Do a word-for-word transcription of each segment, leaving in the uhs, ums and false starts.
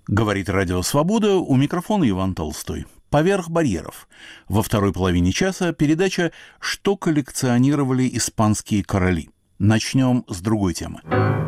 Говорит Радио Свобода, у микрофона Иван Толстой. «Поверх барьеров». Во второй половине часа передача «Что коллекционировали испанские короли». Начнем с другой темы.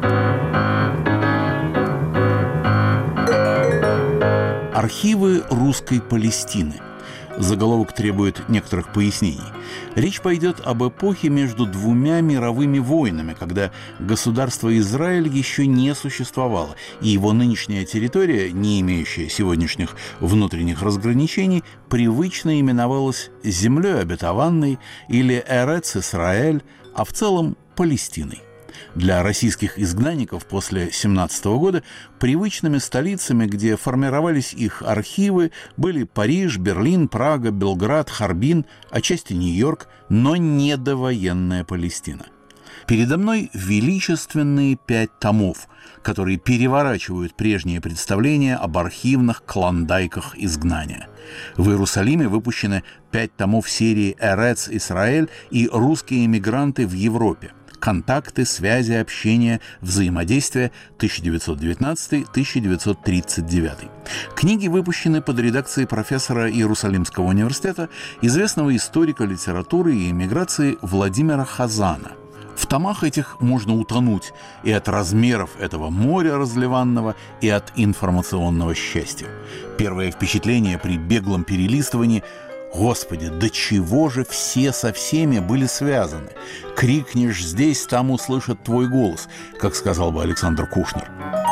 Архивы русской Палестины. Заголовок требует некоторых пояснений. Речь пойдет об эпохе между двумя мировыми войнами, когда государство Израиль еще не существовало, и его нынешняя территория, не имеющая сегодняшних внутренних разграничений, привычно именовалась землей обетованной или Эрец-Исраэль, а в целом Палестиной. Для российских изгнанников после семнадцатого года привычными столицами, где формировались их архивы, были Париж, Берлин, Прага, Белград, Харбин, отчасти Нью-Йорк, но не довоенная Палестина. Передо мной величественные пять томов, которые переворачивают прежние представления об архивных клондайках изгнания. В Иерусалиме выпущены пять томов серии «Эрец-Исраэль» и «Русские эмигранты в Европе. Контакты, связи, общение, взаимодействие тысяча девятьсот девятнадцатый — тысяча девятьсот тридцать девятый. Книги выпущены под редакцией профессора Иерусалимского университета, известного историка литературы и эмиграции Владимира Хазана. В томах этих можно утонуть и от размеров этого моря разливанного, и от информационного счастья. Первое впечатление при беглом перелистывании — Господи, до чего же все со всеми были связаны? Крикнешь здесь, там услышат твой голос, как сказал бы Александр Кушнер.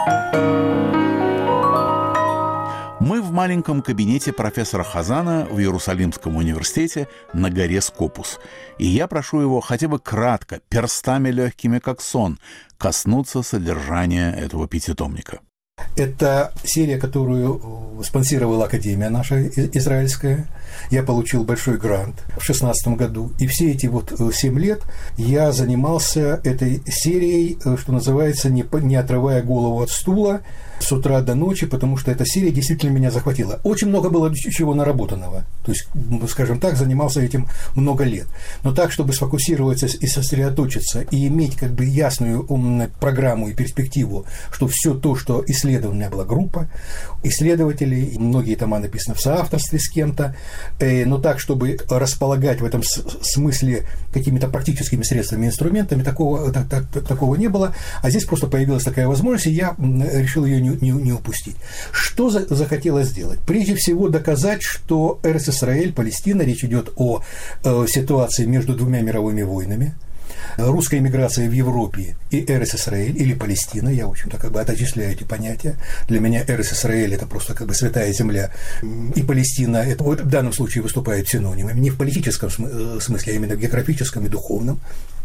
Мы в маленьком кабинете профессора Хазана в Иерусалимском университете на горе Скопус. И я прошу его хотя бы кратко, перстами легкими, как сон, коснуться содержания этого пятитомника. Это серия, которую спонсировала Академия наша израильская. Я получил большой грант в две тысячи шестнадцатом году. И все эти вот семь лет я занимался этой серией, что называется, не, не отрывая голову от стула с утра до ночи, потому что эта серия действительно меня захватила. Очень много было чего наработанного. То есть, скажем так, занимался этим много лет. Но так, чтобы сфокусироваться и сосредоточиться, и иметь как бы ясную программу и перспективу, что все то, что исследовано, у меня была группа исследователей, многие тома написаны в соавторстве с кем-то, но так, чтобы располагать в этом смысле какими-то практическими средствами, инструментами, такого, так, так, такого не было. А здесь просто появилась такая возможность, и я решил ее не, не, не упустить. Что за, захотелось сделать? Прежде всего доказать, что Эрец-Исраэль, Палестина, речь идет о э, ситуации между двумя мировыми войнами, русская эмиграция в Европе и Эрец-Исраэль, или Палестина, я, в общем-то, как бы отождествляю эти понятия. Для меня Эрец-Исраэль – это просто как бы святая земля, и Палестина – это в данном случае выступает синонимами, не в политическом смысле, а именно в географическом и духовном.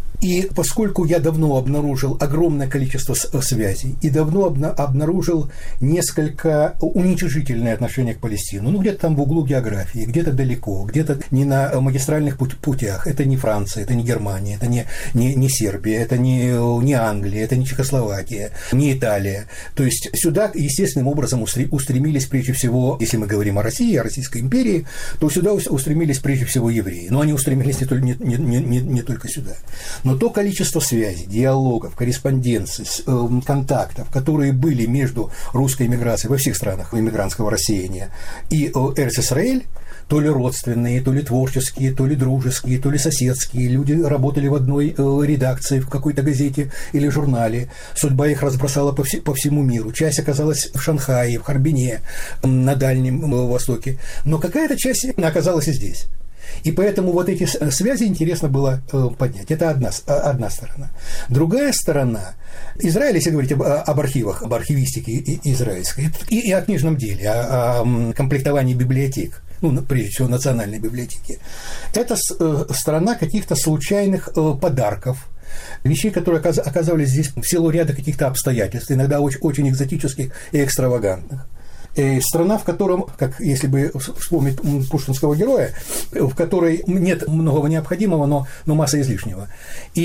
И поскольку я давно обнаружил огромное количество связей и давно обна- обнаружил несколько уничижительное отношение к Палестине, ну, где-то там в углу географии, где-то далеко, где-то не на магистральных путь- путях, это не Франция, это не Германия, это не, не, не Сербия, это не, не Англия, это не Чехословакия, не Италия. То есть сюда естественным образом устремились прежде всего, если мы говорим о России, о Российской империи, то сюда устремились прежде всего евреи. Но они устремились не, не, не, не, не только сюда. Но то количество связей, диалогов, корреспонденций, контактов, которые были между русской эмиграцией во всех странах иммигрантского рассеяния и Эрец-Исраэль, то ли родственные, то ли творческие, то ли дружеские, то ли соседские. Люди работали в одной редакции, в какой-то газете или журнале. Судьба их разбросала по, вс- по всему миру. Часть оказалась в Шанхае, в Харбине, на Дальнем Востоке. Но какая-то часть оказалась и здесь. И поэтому вот эти связи интересно было э, поднять. Это одна, одна сторона. Другая сторона. Израиль, если говорить об, об архивах, об архивистике израильской, и, и о книжном деле, о, о комплектовании библиотек, ну, прежде всего, национальной библиотеки, это э, страна каких-то случайных э, подарков, вещей, которые оказывались здесь в силу ряда каких-то обстоятельств, иногда очень, очень экзотических и экстравагантных. И страна, в котором, как если бы вспомнить пушкинского героя, в которой нет многого необходимого, но, но масса излишнего. И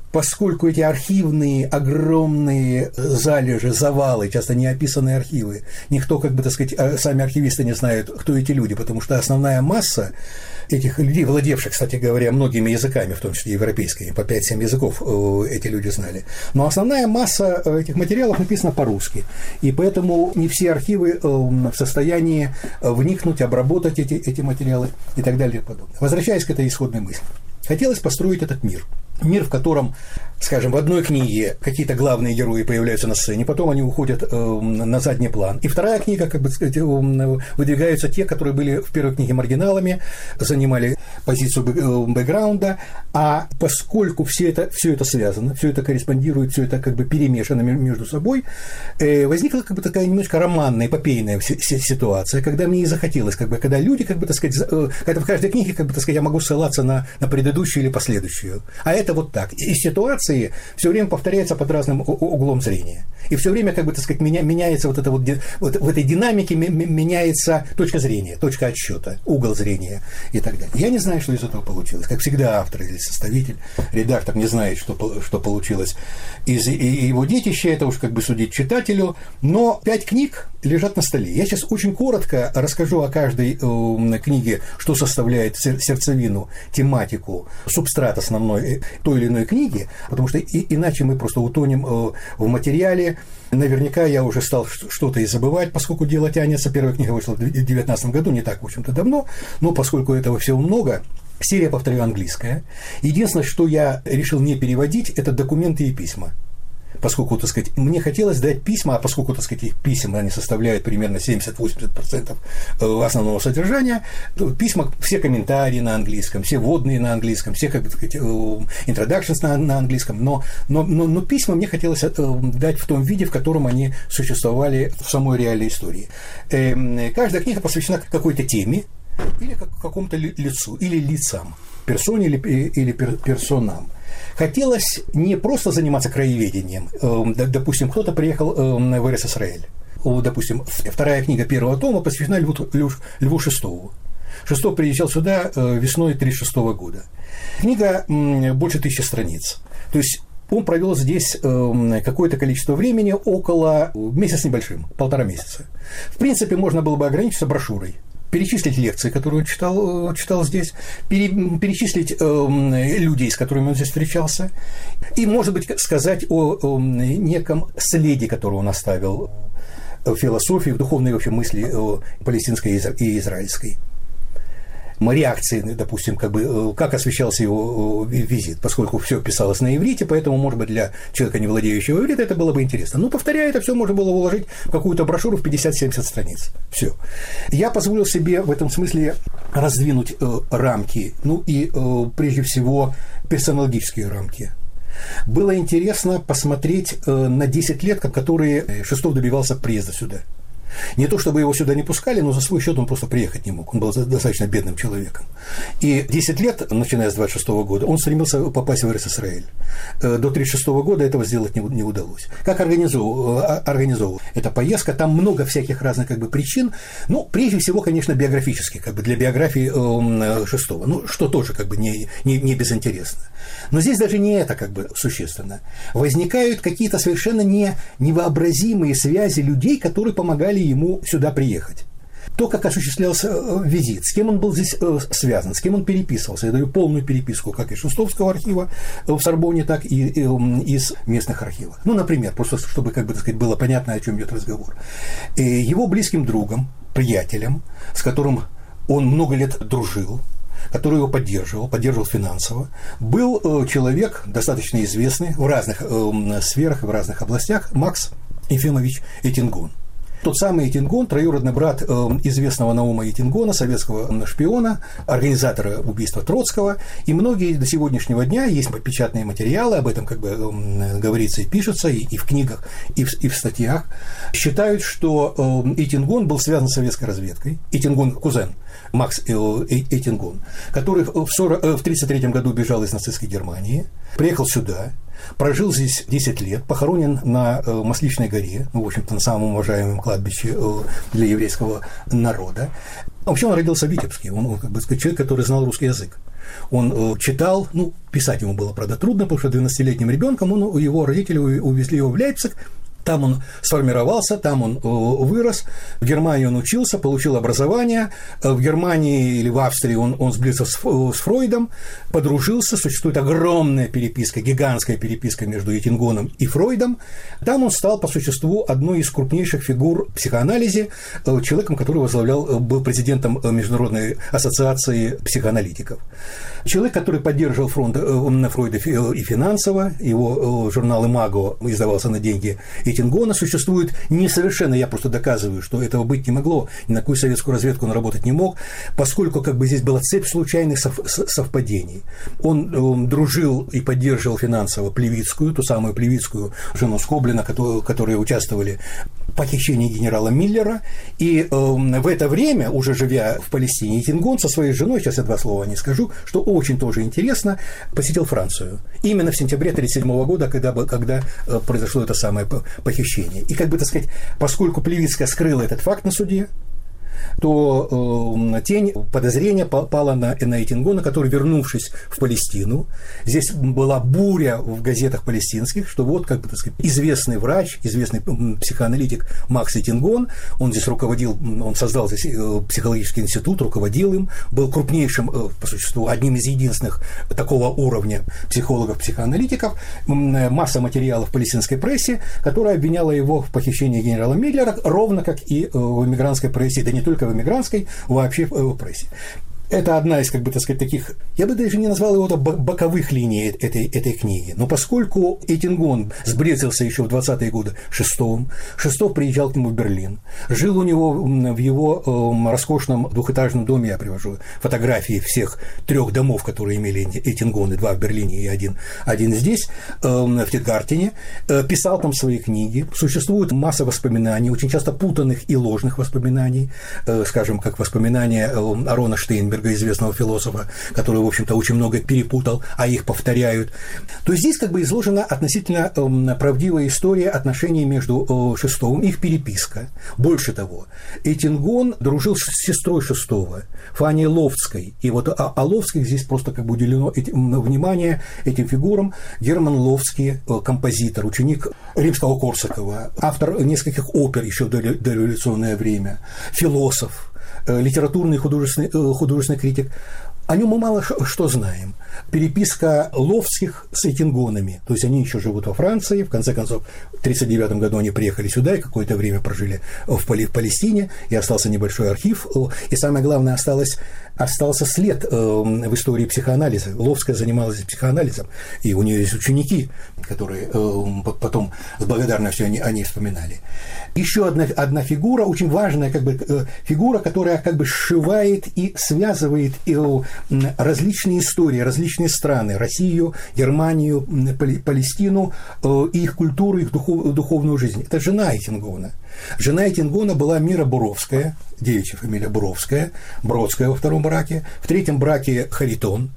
поскольку эти архивные огромные залежи, завалы, часто неописанные архивы, никто, как бы, так сказать, сами архивисты не знают, кто эти люди, потому что основная масса этих людей, владевших, кстати говоря, многими языками, в том числе европейскими, по пять-семь языков эти люди знали. Но основная масса этих материалов написана по-русски, и поэтому не все архивы в состоянии вникнуть, обработать эти, эти материалы и так далее и подобное. Возвращаясь к этой исходной мысли. Хотелось построить этот мир. Мир, в котором, скажем, в одной книге какие-то главные герои появляются на сцене, потом они уходят э, на задний план. И вторая книга, как бы сказать, э, выдвигаются те, которые были в первой книге маргиналами, занимали позицию бэ- бэкграунда. А поскольку все это, все это связано, все это корреспондирует, все это как бы перемешано между собой, э, возникла как бы такая немножко романная, эпопейная ситуация, когда мне и захотелось, как бы, когда люди, как бы, так сказать, э, когда в каждой книге, как бы, так сказать, я могу ссылаться на, на предыдущую или последующую. А это вот так. И ситуации все время повторяются под разным углом зрения. И все время, как бы, так сказать, меня, меняется вот это вот, вот в этой динамике меняется точка зрения, точка отсчета, угол зрения и так далее. Я не знаю, что из этого получилось. Как всегда, автор или составитель, редактор не знает, что, что получилось из его детища, это уж как бы судить читателю. Но пять книг лежат на столе. Я сейчас очень коротко расскажу о каждой э, книге, что составляет сердцевину, тематику, субстрат основной той или иной книги, потому что и, иначе мы просто утонем э, в материале. Наверняка я уже стал что-то и забывать, поскольку дело тянется. Первая книга вышла в две тысячи девятнадцатом году, не так, в общем-то, давно, но поскольку этого всего много, серия, повторю, английская. Единственное, что я решил не переводить, это документы и письма. Поскольку, так сказать, мне хотелось дать письма, а поскольку, так сказать, их письма, они составляют примерно семьдесят-восемьдесят процентов основного содержания, письма, все комментарии на английском, все вводные на английском, все, как бы, так сказать, introductions на, на английском, но, но, но, но письма мне хотелось дать в том виде, в котором они существовали в самой реальной истории. Каждая книга посвящена какой-то теме или какому-то лицу, или лицам, персоне или, или персонам. Хотелось не просто заниматься краеведением. Допустим, кто-то приехал в эр эс эс эр эль. Допустим, вторая книга первого тома посвящена Льву, Льву Шестову. Шестов приезжал сюда весной тысяча девятьсот тридцать шестого года. Книга больше тысячи страниц. То есть он провел здесь какое-то количество времени, около месяца с небольшим, полтора месяца. В принципе, можно было бы ограничиться брошюрой. Перечислить лекции, которые он читал, читал здесь, пере, перечислить э, людей, с которыми он здесь встречался, и, может быть, сказать о, о неком следе, который он оставил в философии, в духовной вообще мысли э, палестинской и израильской. Реакции, допустим, как бы, как освещался его визит, поскольку все писалось на иврите, поэтому, может быть, для человека, не владеющего ивритом, это было бы интересно. Но, повторяю, это все можно было уложить в какую-то брошюру в пятьдесят-семьдесят страниц. Все. Я позволил себе в этом смысле раздвинуть э, рамки, ну и, э, прежде всего, персонологические рамки. Было интересно посмотреть э, на десять лет, которые Шестов добивался приезда сюда. Не то, чтобы его сюда не пускали, но за свой счет он просто приехать не мог. Он был достаточно бедным человеком. И десять лет, начиная с двадцать шестого года, он стремился попасть в эр эс эс эр эль. До тридцать шестого года этого сделать не, не удалось. Как организовывал, организовывал эта поездка? Там много всяких разных, как бы, причин. Ну, прежде всего, конечно, биографических, как бы, для биографии э, Шестого. Ну, что тоже, как бы, не, не, не безинтересно. Но здесь даже не это, как бы, существенно. Возникают какие-то совершенно не, невообразимые связи людей, которые помогали ему сюда приехать. То, как осуществлялся визит, с кем он был здесь связан, с кем он переписывался. Я даю полную переписку как из Шестовского архива в Сорбонне, так и из местных архивов. Ну, например, просто чтобы, как бы, так сказать, было понятно, о чем идет разговор. Его близким другом, приятелем, с которым он много лет дружил, который его поддерживал, поддерживал финансово, был человек, достаточно известный в разных сферах, в разных областях, Макс Ефимович Этингон. Тот самый Этингон, троюродный брат э, известного Наума Этингона, советского шпиона, организатора убийства Троцкого, и многие до сегодняшнего дня, есть печатные материалы, об этом, как бы, э, говорится и пишется, и, и в книгах, и в, и в статьях, считают, что э, Этингон был связан с советской разведкой. Этингон – кузен Макс э, Этингон, который в, сорок, э, в тридцать третьем году бежал из нацистской Германии, приехал сюда, прожил здесь десять лет, похоронен на э, Масличной горе, ну, в общем-то, на самом уважаемом кладбище э, для еврейского народа. Вообще он родился в Витебске, он, он, как бы, человек, который знал русский язык. Он читал, ну, писать ему было, правда, трудно, потому что двенадцатилетним ребенком он, его родители увезли его в Лейпциг. Там он сформировался, там он вырос, в Германии он учился, получил образование, в Германии или в Австрии он, он сблизился с, с Фройдом, подружился, существует огромная переписка, гигантская переписка между Этингоном и Фройдом. Там он стал, по существу, одной из крупнейших фигур в психоанализе, человеком, который возглавлял, был президентом Международной ассоциации психоаналитиков. Человек, который поддерживал фронт, Фройда и финансово, его журнал «Имаго» издавался на деньги Этингона, существует несовершенно, я просто доказываю, что этого быть не могло, ни на какую советскую разведку он работать не мог, поскольку как бы здесь была цепь случайных совпадений. Он, он дружил и поддерживал финансово Плевицкую, ту самую Плевицкую жену Скоблина, которые, которые участвовали в похищении генерала Миллера, и э, в это время, уже живя в Палестине, Этингон со своей женой, сейчас я два слова не скажу, что очень тоже интересно, посетил Францию. Именно в сентябре тысяча девятьсот тридцать седьмого года, когда, когда произошло это самое похищение. И, как бы, так сказать, поскольку Плевицкая скрыла этот факт на суде, то э, тень подозрения пала на, на Этингона, который, вернувшись в Палестину, здесь была буря в газетах палестинских, что вот, как бы, так сказать, известный врач, известный психоаналитик Макс Этингон, он здесь руководил, он создал здесь психологический институт, руководил им, был крупнейшим, по существу, одним из единственных такого уровня психологов-психоаналитиков, масса материалов в палестинской прессе, которая обвиняла его в похищении генерала Миллера, ровно как и в эмигрантской прессе, да не только в эмигрантской, вообще в прессе. Это одна из, как бы, так сказать, таких, я бы даже не назвал его боковых линий этой, этой книги. Но поскольку Этингон сблизился еще в двадцатые годы Шестовым, Шестов приезжал к нему в Берлин, жил у него в его э, роскошном двухэтажном доме, я привожу фотографии всех трех домов, которые имели Этингон, и два в Берлине, и один, один здесь, э, в Титгартене, э, писал там свои книги. Существует масса воспоминаний, очень часто путанных и ложных воспоминаний, э, скажем, как воспоминания э, Арона Штейнберга, известного философа, который, в общем-то, очень много перепутал, а их повторяют, то здесь как бы изложена относительно э, правдивая история отношений между э, Шестовым и их переписка. Больше того, Этингон дружил с сестрой Шестова, Фаней Лофтской, и вот о, о Лофтских здесь просто как бы уделено эти, внимание этим фигурам. Герман Лофтский, э, композитор, ученик Римского-Корсакова, автор нескольких опер еще в дореволюционное время, философ, литературный художественный, художественный критик. О нем мы мало что знаем. Переписка Лофтских с Этингонами, то есть они еще живут во Франции, в конце концов, в тридцать девятом году они приехали сюда и какое-то время прожили в Палестине, и остался небольшой архив, и самое главное, осталось, остался след в истории психоанализа. Лофтская занималась психоанализом, и у нее есть ученики, которые потом с благодарностью они, они вспоминали. Еще одна, одна фигура, очень важная как бы, фигура, которая как бы сшивает и связывает различные истории, различные страны, Россию, Германию, Палестину, и их культуру, их духов, духовную жизнь. Это жена Этингона. Жена Этингона была Мира Буровская, девичья фамилия Буровская, Бродская во втором браке, в третьем браке Харитон.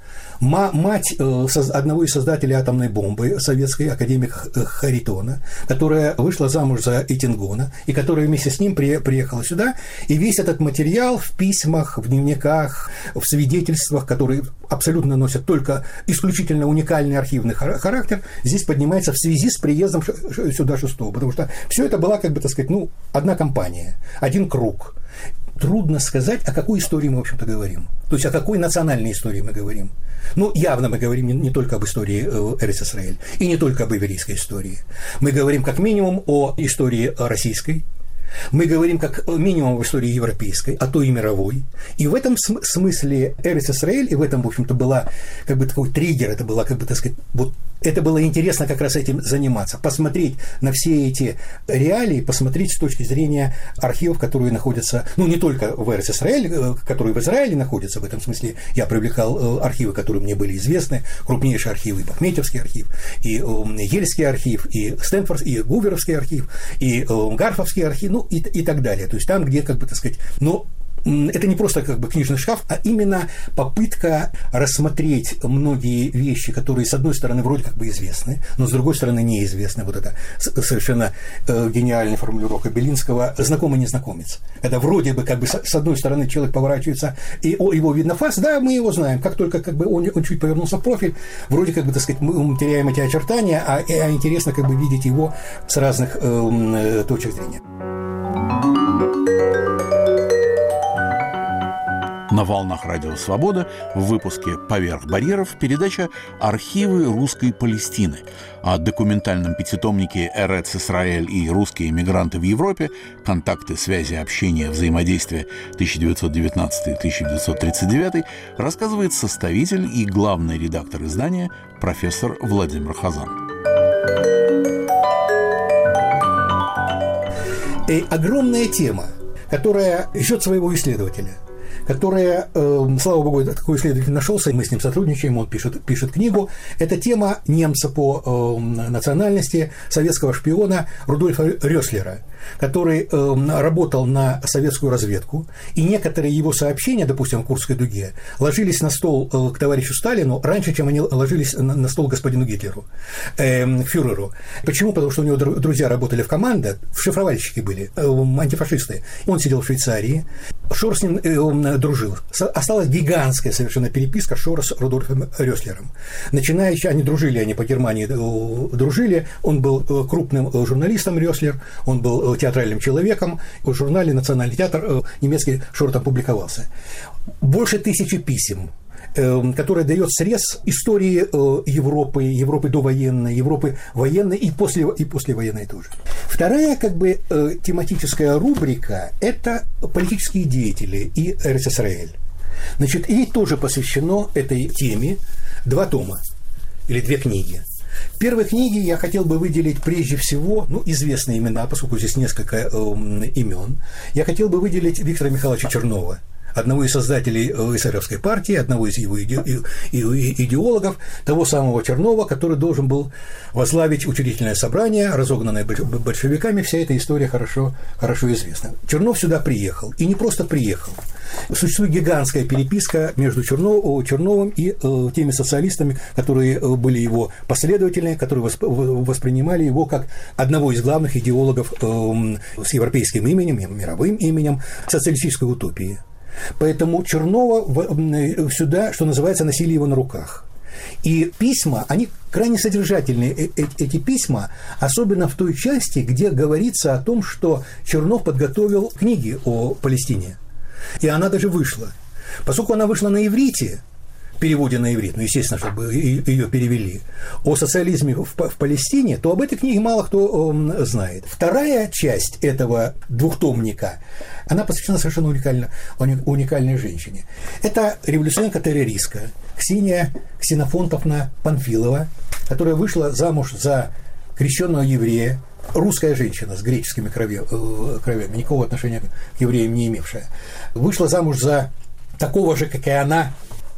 Мать одного из создателей атомной бомбы советской, академика Харитона, которая вышла замуж за Этингона и которая вместе с ним приехала сюда. И весь этот материал в письмах, в дневниках, в свидетельствах, которые абсолютно носят только исключительно уникальный архивный характер, здесь поднимается в связи с приездом сюда Шестого. Потому что все это была, как бы, так сказать, ну, одна компания, один круг. Трудно сказать, о какой истории мы, в общем-то, говорим. То есть, о какой национальной истории мы говорим. Ну, явно мы говорим не, не только об истории Эрец-Исраэль и не только об еврейской истории. Мы говорим как минимум о истории российской, мы говорим как минимум об истории европейской, а то и мировой. И в этом см- смысле Эрец-Исраэль, и в этом, в общем-то, была как бы такой триггер, это было, как бы, так сказать, вот это было интересно как раз этим заниматься, посмотреть на все эти реалии, посмотреть с точки зрения архивов, которые находятся, ну, не только в Эрец-Исраэль, которые в Израиле находятся, в этом смысле я привлекал архивы, которые мне были известны, крупнейшие архивы, и Бахметьевский архив, и Ельский архив, и Стэнфорд, и Гуверовский архив, и Гарфовский архив, ну, и, и так далее. То есть там, где, как бы, так сказать, ну, это не просто как бы книжный шкаф, а именно попытка рассмотреть многие вещи, которые, с одной стороны, вроде как бы известны, но с другой стороны, неизвестны. Вот это совершенно гениальная формулировка Белинского «знакомый незнакомец». Это вроде бы как бы с одной стороны человек поворачивается, и его видно фас, да, мы его знаем. Как только как бы он, он чуть повернулся в профиль, вроде как бы, так сказать, мы теряем эти очертания, а, а интересно как бы видеть его с разных э, точек зрения. На волнах Радио Свобода в выпуске «Поверх барьеров» передача «Архивы русской Палестины» о документальном пятитомнике «Эрец Исраэль» и «Русские эмигранты в Европе. Контакты, связи, общение, взаимодействие тысяча девятьсот девятнадцатый — тысяча девятьсот тридцать девятый» рассказывает составитель и главный редактор издания профессор Владимир Хазан. И огромная тема, которая ждет своего исследователя, которая, э, слава богу, такой исследователь нашелся, мы с ним сотрудничаем, он пишет, пишет книгу. Это тема немца по э, национальности, советского шпиона Рудольфа Рёслера, который э, работал на советскую разведку, и некоторые его сообщения, допустим, о Курской дуге, ложились на стол э, к товарищу Сталину раньше, чем они ложились на, на стол господину Гитлеру, э, фюреру. Почему? Потому что у него друзья работали в команде, шифровальщики были, э, антифашисты. Он сидел в Швейцарии, Шор с ним э, дружил. Осталась гигантская совершенно переписка Шора с Рудольфом Рёслером. Начинающие, они дружили, они по Германии дружили. Он был крупным журналистом, Рёслер, он был театральным человеком. В журнале «Национальный театр» немецкий Шор там публиковался. Больше тысячи писем, которая дает срез истории Европы, Европы довоенной, Европы военной и, после, и послевоенной тоже. Вторая как бы тематическая рубрика – это политические деятели и Эрец Исраэль. Значит, ей тоже посвящено этой теме два тома или две книги. В первой книге я хотел бы выделить прежде всего, ну, известные имена, поскольку здесь несколько э, имен. Я хотел бы выделить Виктора Михайловича Чернова, одного из создателей эсеровской партии, одного из его иде- идеологов, того самого Чернова, который должен был возглавить учредительное собрание, разогнанное большевиками. Вся эта история хорошо, хорошо известна. Чернов сюда приехал, и не просто приехал. Существует гигантская переписка между Чернов, Черновым и э, теми социалистами, которые э, были его последовательны, которые восп- воспринимали его как одного из главных идеологов э, с европейским именем, мировым именем социалистической утопии. Поэтому Чернова сюда, что называется, носили его на руках. И письма, они крайне содержательные, эти письма, особенно в той части, где говорится о том, что Чернов подготовил книги о Палестине. И она даже вышла. Поскольку она вышла на иврите, в переводе на иврит, ну, естественно, чтобы ее перевели, о социализме в, в Палестине, то об этой книге мало кто э, знает. Вторая часть этого двухтомника, она посвящена совершенно уникально, уникальной женщине. Это революционерка-террористка Ксения Ксенофонтовна Панфилова, которая вышла замуж за крещенного еврея, русская женщина с греческими кровями, никакого отношения к евреям не имевшая. Вышла замуж за такого же, как и она,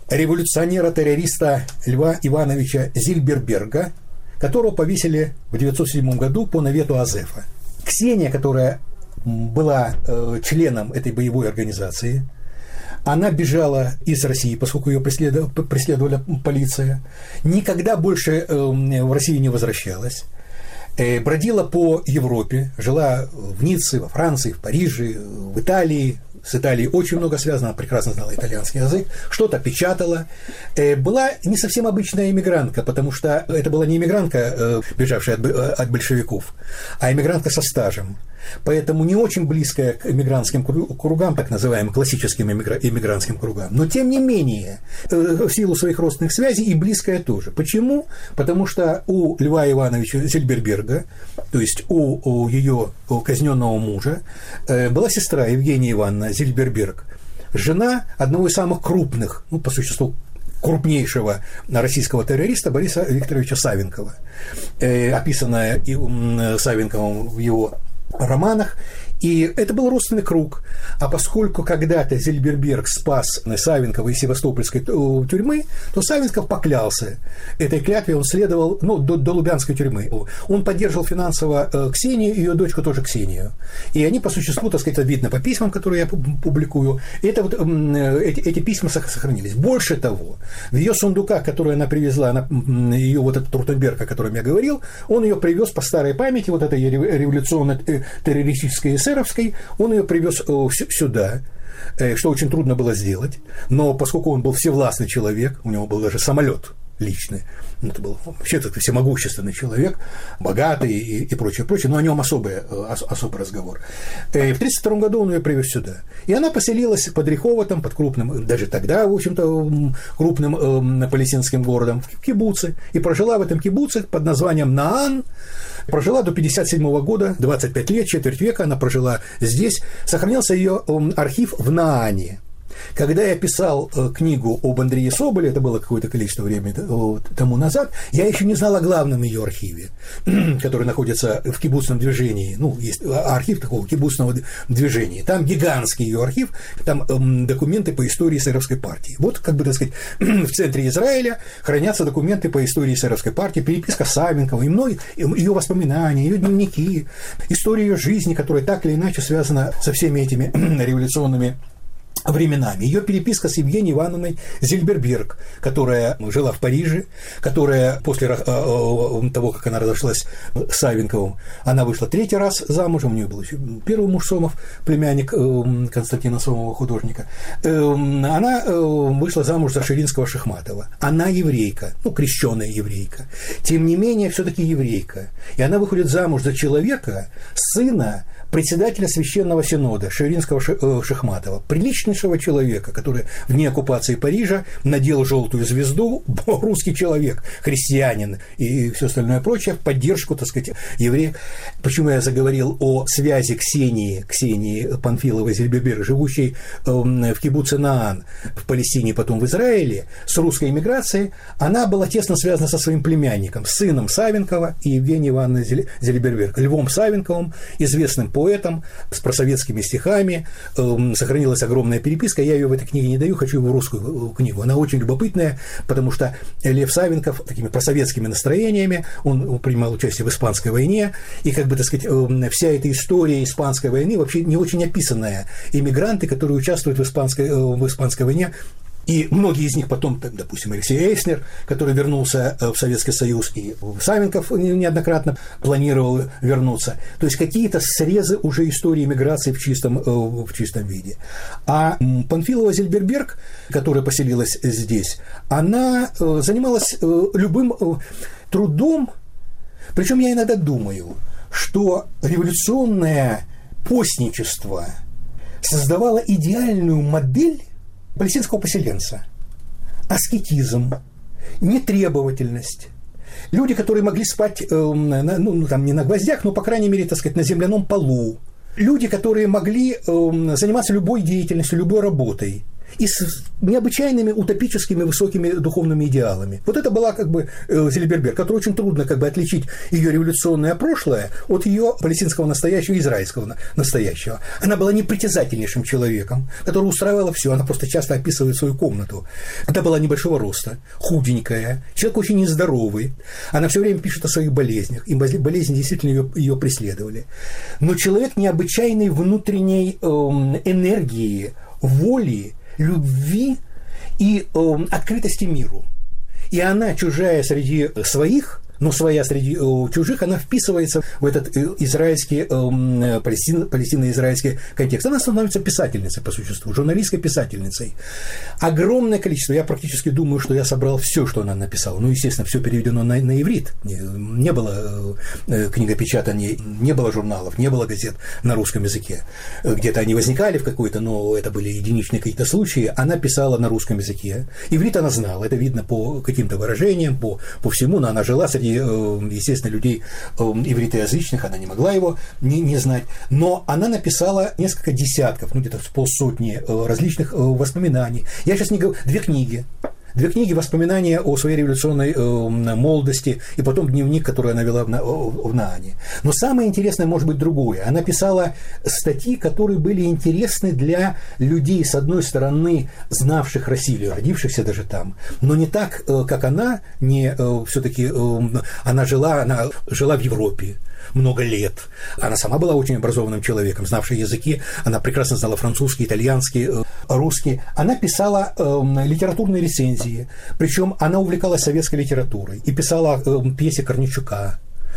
революционера-террориста Льва Ивановича Зильберберга, которого повесили в девятьсот седьмом году по навету Азефа. Ксения, которая была э, членом этой боевой организации, она бежала из России, поскольку ее преследовала, преследовала полиция, никогда больше э, в Россию не возвращалась, э, бродила по Европе, жила в Ницце, во Франции, в Париже, в Италии. С Италией очень много связано, она прекрасно знала итальянский язык, что-то печатала. Была не совсем обычная эмигрантка, потому что это была не эмигрантка, бежавшая от большевиков, а эмигрантка со стажем. Поэтому не очень близкая к эмигрантским кругам, так называемым классическим эмигрантским кругам, но тем не менее, в силу своих родственных связей и близкая тоже. Почему? Потому что у Льва Ивановича Зильберберга, то есть у, у ее казненного мужа, была сестра Евгения Ивановна Зильберберг, жена одного из самых крупных, ну, по существу, крупнейшего российского террориста Бориса Викторовича Савенкова, описанная Савенковым в его романах. И это был родственный круг. А поскольку когда-то Зильберберг спас Савенкова из севастопольской тюрьмы, то Савенков поклялся. Этой клятве он следовал ну, до, до Лубянской тюрьмы. Он поддерживал финансово Ксению и ее дочку тоже Ксению. И они по существу, так сказать, видно по письмам, которые я публикую, это вот, эти, эти письма сохранились. Больше того, в ее сундуках, которые она привезла, она, ее вот этот Трутенберг, о котором я говорил, он ее привез по старой памяти, вот этой революционно-террористической эсеровской, он ее привез сюда, что очень трудно было сделать, но поскольку он был всевластный человек, у него был даже самолет личный, это был вообще такой всемогущественный человек, богатый и, и прочее, прочее, но о нем особый, особый разговор. И в тысяча девятьсот тридцать втором году он ее привез сюда. И она поселилась под Реховотом, под крупным, даже тогда, в общем-то, крупным э, палестинским городом, в кибуце, и прожила в этом кибуце под названием Наан, прожила до пятьдесят седьмого года, двадцать пять лет, четверть века она прожила здесь, сохранился ее э, архив в Наане. Когда я писал э, книгу об Андрее Соболе, это было какое-то количество времени э, тому назад, я еще не знал о главном ее архиве, который находится в кибуцном движении. Ну, есть архив такого кибуцного движения. Там гигантский ее архив, там э, документы по истории эсеровской партии. Вот, как бы, так сказать, в центре Израиля хранятся документы по истории эсеровской партии, переписка Савенкова и многих, ее воспоминания, ее дневники, история ее жизни, которая так или иначе связана со всеми этими революционными временами. Ее переписка с Евгенией Ивановной Зильберберг, которая жила в Париже, которая после того, как она разошлась с Савенковым, она вышла третий раз замужем, у нее был еще первый муж Сомов, племянник Константина Сомова, художника. Она вышла замуж за Ширинского-Шихматова. Она еврейка, ну, крещеная еврейка. Тем не менее, все-таки еврейка. И она выходит замуж за человека, сына председателя Священного Синода Ширинского-Шихматова, приличнейшего человека, который вне оккупации Парижа надел желтую звезду, русский человек, христианин и все остальное прочее, в поддержку, так сказать, евреев. Почему я заговорил о связи Ксении, Ксении Панфиловой Зильберберг, живущей в кибуце Наан в Палестине, потом в Израиле, с русской эмиграцией, она была тесно связана со своим племянником, сыном Савенкова и Евгенией Ивановной Зильберберг, Львом Савенковым, известным поэтом, с просоветскими стихами, э, сохранилась огромная переписка, я ее в этой книге не даю, хочу ее в русскую книгу. Она очень любопытная, потому что Лев Савенков такими просоветскими настроениями, он, он принимал участие в Испанской войне, и, как бы, так сказать, э, вся эта история Испанской войны вообще не очень описанная. Иммигранты, которые участвуют в Испанской, э, в Испанской войне, и многие из них потом, допустим, Алексей Эйснер, который вернулся в Советский Союз, и Савенков неоднократно планировал вернуться. То есть какие-то срезы уже истории миграции в чистом, в чистом виде. А Панфилова Зильберберг, которая поселилась здесь, она занималась любым трудом, причем я иногда думаю, что революционное постничество создавало идеальную модель палестинского поселенца. Аскетизм, нетребовательность. Люди, которые могли спать, э, на, ну, там, не на гвоздях, но, по крайней мере, так сказать, на земляном полу. Люди, которые могли э, заниматься любой деятельностью, любой работой. И с необычайными утопическими высокими духовными идеалами. Вот это была, как бы, Зильберберг, которой очень трудно, как бы, отличить ее революционное прошлое от ее палестинского настоящего, израильского настоящего. Она была непритязательнейшим человеком, который устраивала все. Она просто часто описывает свою комнату. Она была небольшого роста, худенькая, человек очень нездоровый. Она все время пишет о своих болезнях, и болезни действительно ее, ее преследовали. Но человек необычайной внутренней э, энергии, воли, любви и э, открытости миру. И она, чужая среди своих, но своя среди э, чужих, она вписывается в этот э, израильский, э, палестино- палестино-израильский контекст. Она становится писательницей по существу, журналистской писательницей. Огромное количество, я практически думаю, что я собрал все, что она написала. Ну, естественно, все переведено на, на иврит. Не, не было э, книгопечатания, не было журналов, не было газет на русском языке. Где-то они возникали в какой-то, но это были единичные какие-то случаи. Она писала на русском языке. Иврит она знала, это видно по каким-то выражениям, по, по всему, но она жила среди, естественно, людей ивритоязычных, она не могла его не, не знать, но она написала несколько десятков, ну где-то полсотни различных воспоминаний. Я сейчас не говорю, две книги, Две книги «Воспоминания о своей революционной э, молодости» и потом дневник, который она вела в, в Наане. Но самое интересное может быть другое. Она писала статьи, которые были интересны для людей, с одной стороны, знавших Россию, родившихся даже там, но не так, э, как она, не э, все-таки э, она жила, она жила в Европе много лет. Она сама была очень образованным человеком, знавшей языки. Она прекрасно знала французский, итальянский, русский. Она писала э, литературные рецензии. Причем она увлекалась советской литературой и писала э, пьесы Корничука.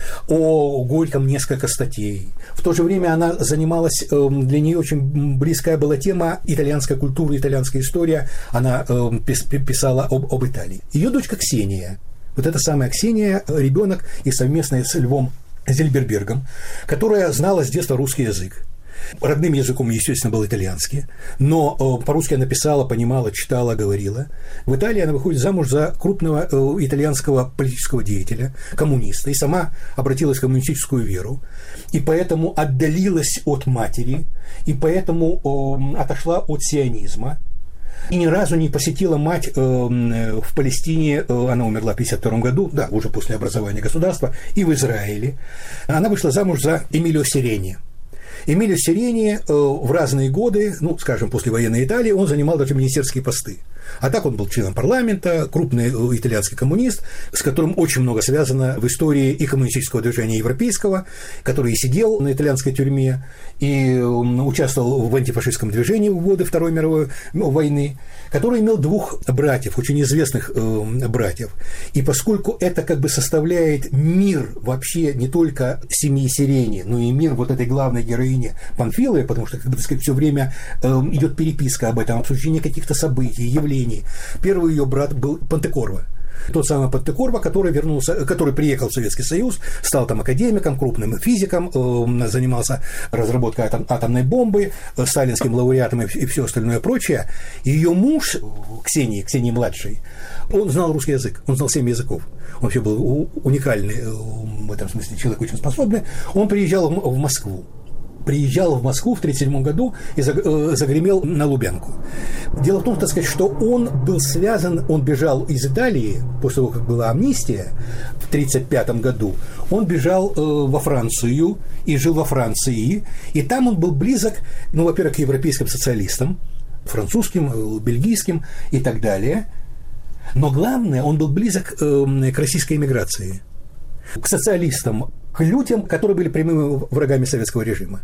О Горьком несколько статей. В то же время она занималась, э, для нее очень близкая была тема итальянской культуры, итальянская история. Она э, писала об, об Италии. Ее дочка Ксения, вот эта самая Ксения, ребенок и совместная с Львом Зильбербергом, которая знала с детства русский язык. Родным языком, естественно, был итальянский, но по-русски она писала, понимала, читала, говорила. В Италии она выходит замуж за крупного итальянского политического деятеля, коммуниста, и сама обратилась в коммунистическую веру, и поэтому отдалилась от матери, и поэтому отошла от сионизма. И ни разу не посетила мать э, в Палестине, э, она умерла в пятьдесят втором году, да, уже после образования государства, и в Израиле. Она вышла замуж за Эмилио Серени. Эмилио Серени э, в разные годы, ну, скажем, после военной Италии, он занимал даже министерские посты. А так он был членом парламента, крупный итальянский коммунист, с которым очень много связано в истории и коммунистического движения европейского, который и сидел на итальянской тюрьме, и участвовал в антифашистском движении в годы Второй мировой войны, который имел двух братьев, очень известных э, братьев. И поскольку это как бы составляет мир вообще не только семьи Серени, но и мир вот этой главной героини Панфиловой, потому что, как бы, так сказать, все время э, идет переписка об этом, обсуждение каких-то событий, явлений. Первый ее брат был Пантекорво. Тот самый Пантекорво, который вернулся, который приехал в Советский Союз, стал там академиком, крупным физиком, э, занимался разработкой атом, атомной бомбы, э, сталинским лауреатом и, и все остальное прочее. Ее муж, Ксении, Ксении младшей, он знал русский язык, он знал семь языков. Он вообще был уникальный, э, в этом смысле человек очень способный. Он приезжал в, в Москву. Приезжал в Москву в тысяча девятьсот тридцать седьмом году и загремел на Лубянку. Дело в том, так сказать, что он был связан, он бежал из Италии после того, как была амнистия в тридцать пятом году, он бежал во Францию и жил во Франции, и там он был близок, ну, во-первых, к европейским социалистам, французским, бельгийским и так далее, но главное, он был близок к российской эмиграции, к социалистам, к людям, которые были прямыми врагами советского режима.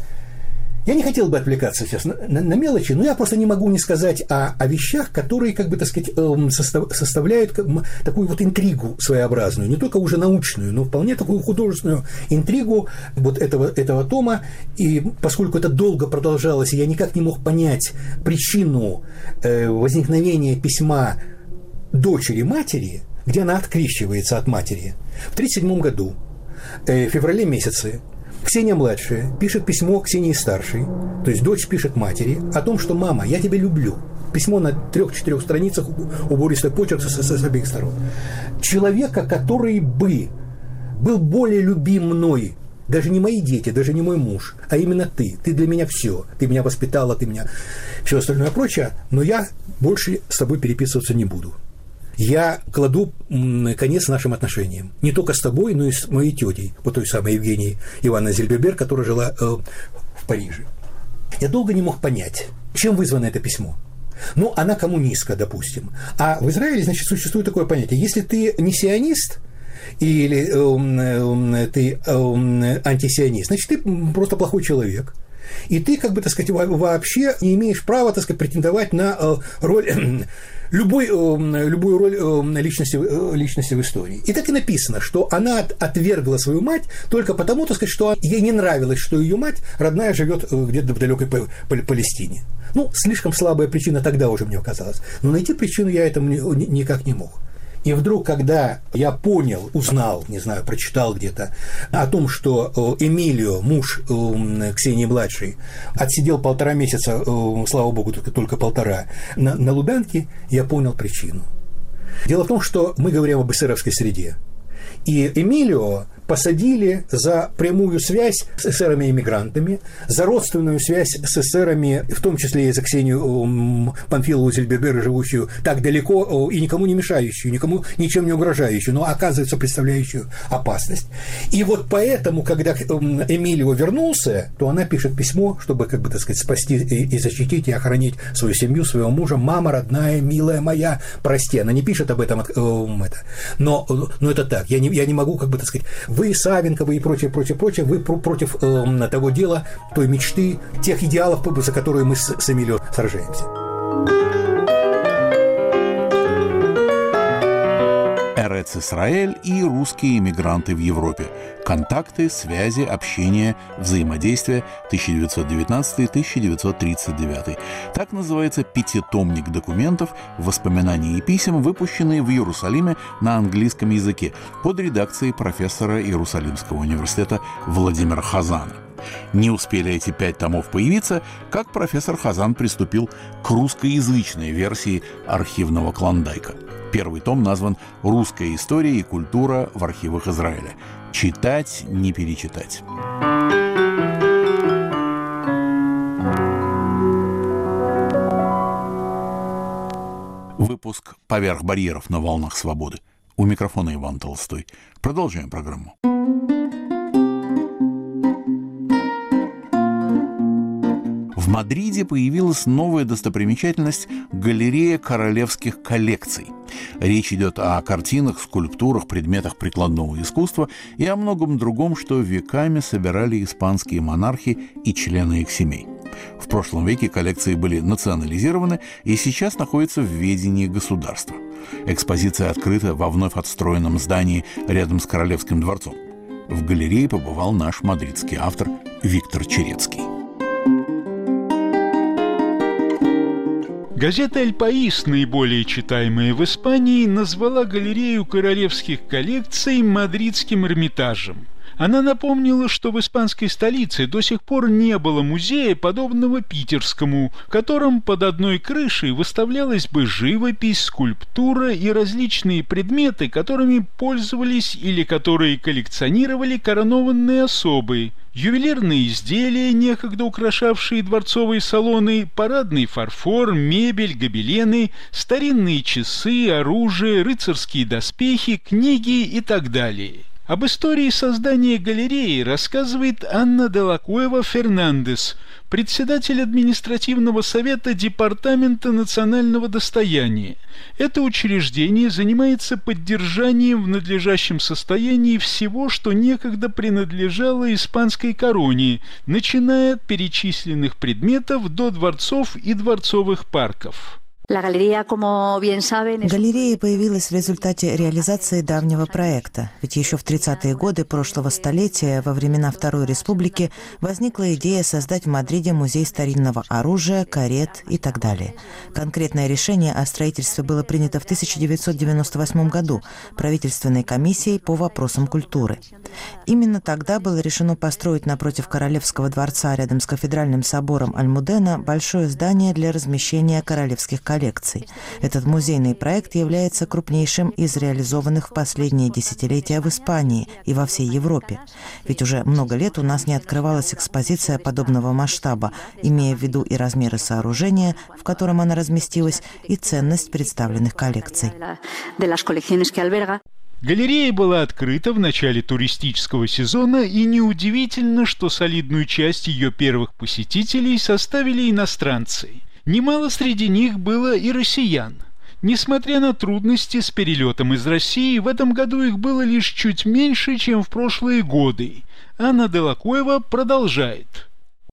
Я не хотел бы отвлекаться сейчас на, на, на мелочи, но я просто не могу не сказать о, о вещах, которые, как бы, так сказать, состав, составляют такую вот интригу своеобразную, не только уже научную, но вполне такую художественную интригу вот этого, этого тома. И поскольку это долго продолжалось, и я никак не мог понять причину э, возникновения письма дочери матери, где она открещивается от матери, в тридцать седьмом году, в феврале месяце, Ксения младшая пишет письмо Ксении старшей, то есть дочь пишет матери о том, что «мама, я тебя люблю». Письмо на трех-четырех страницах, убористый почерк с, с, с обеих сторон. Человека, который бы был более любим мной, даже не мои дети, даже не мой муж, а именно ты. Ты для меня все. Ты меня воспитала, ты меня... Все остальное прочее, но я больше с тобой переписываться не буду. Я кладу конец нашим отношениям. Не только с тобой, но и с моей тетей, вот той самой Евгенией Ивановной Зильберберг, которая жила э, в Париже. Я долго не мог понять, чем вызвано это письмо. Ну, она коммунистка, допустим. А в Израиле, значит, существует такое понятие. Если ты не сионист или э, э, ты э, антисионист, значит, ты просто плохой человек. И ты, как бы, так сказать, вообще не имеешь права, так сказать, претендовать на э, роль... Любой, любую роль личности, личности в истории. И так и написано, что она отвергла свою мать только потому, так сказать, что ей не нравилось, что ее мать родная живет где-то в далекой Палестине. Ну, слишком слабая причина тогда уже мне казалось. Но найти причину я этому никак не мог. И вдруг, когда я понял, узнал, не знаю, прочитал где-то о том, что Эмилио, муж Ксении-младшей, отсидел полтора месяца, слава богу, только, только полтора, на, на Лубянке, я понял причину. Дело в том, что мы говорим об эсеровской среде. И Эмилио посадили за прямую связь с эсерами-иммигрантами, за родственную связь с эсерами, в том числе и за Ксению Памфилову Зильбербер, живущую так далеко и никому не мешающую, никому ничем не угрожающую, но, оказывается, представляющую опасность. И вот поэтому, когда Эмилио вернулся, то она пишет письмо, чтобы, как бы, так сказать, спасти и защитить, и охранить свою семью, своего мужа. «Мама родная, милая моя, прости». Она не пишет об этом, это. Но, но это так. Я не, я не могу, как бы, так сказать, вы, Савенковы и прочее, прочее, прочее, вы против э, того дела, той мечты, тех идеалов, за которые мы с, с Эмилио сражаемся. Эрец Исраэль и русские эмигранты в Европе. Контакты, связи, общение, взаимодействие тысяча девятьсот девятнадцатый — тысяча девятьсот тридцать девятый. Так называется пятитомник документов, воспоминаний и писем, выпущенные в Иерусалиме на английском языке под редакцией профессора Иерусалимского университета Владимира Хазана. Не успели эти пять томов появиться, как профессор Хазан приступил к русскоязычной версии архивного клондайка. Первый том назван «Русская история и культура в архивах Израиля». Читать, не перечитать. Выпуск «Поверх барьеров на волнах свободы». У микрофона Иван Толстой. Продолжаем программу. В Мадриде появилась новая достопримечательность – галерея королевских коллекций. Речь идет о картинах, скульптурах, предметах прикладного искусства и о многом другом, что веками собирали испанские монархи и члены их семей. В прошлом веке коллекции были национализированы и сейчас находятся в ведении государства. Экспозиция открыта во вновь отстроенном здании рядом с Королевским дворцом. В галерее побывал наш мадридский автор Виктор Черецкий. Газета «Эль Паис», наиболее читаемая в Испании, назвала галерею королевских коллекций мадридским Эрмитажем. Она напомнила, что в испанской столице до сих пор не было музея, подобного питерскому, в котором под одной крышей выставлялась бы живопись, скульптура и различные предметы, которыми пользовались или которые коллекционировали коронованные особы. Ювелирные изделия, некогда украшавшие дворцовые салоны, парадный фарфор, мебель, гобелены, старинные часы, оружие, рыцарские доспехи, книги и так далее. Об истории создания галереи рассказывает Анна де ла Куэва Фернандес, председатель административного совета Департамента национального достояния. Это учреждение занимается поддержанием в надлежащем состоянии всего, что некогда принадлежало испанской короне, начиная от перечисленных предметов до дворцов и дворцовых парков. Галерея появилась в результате реализации давнего проекта, ведь еще в тридцатые годы прошлого столетия, во времена Второй Республики, возникла идея создать в Мадриде музей старинного оружия, карет и так далее. Конкретное решение о строительстве было принято в тысяча девятьсот девяносто восьмом году правительственной комиссией по вопросам культуры. Именно тогда было решено построить напротив Королевского дворца рядом с кафедральным собором Альмудена большое здание для размещения королевских коллекций. Этот музейный проект является крупнейшим из реализованных в последние десятилетия в Испании и во всей Европе. Ведь уже много лет у нас не открывалась экспозиция подобного масштаба, имея в виду и размеры сооружения, в котором она разместилась, и ценность представленных коллекций. Галерея была открыта в начале туристического сезона, и неудивительно, что солидную часть ее первых посетителей составили иностранцы. Немало среди них было и россиян. Несмотря на трудности с перелетом из России, в этом году их было лишь чуть меньше, чем в прошлые годы. Анна де ла Куэва продолжает.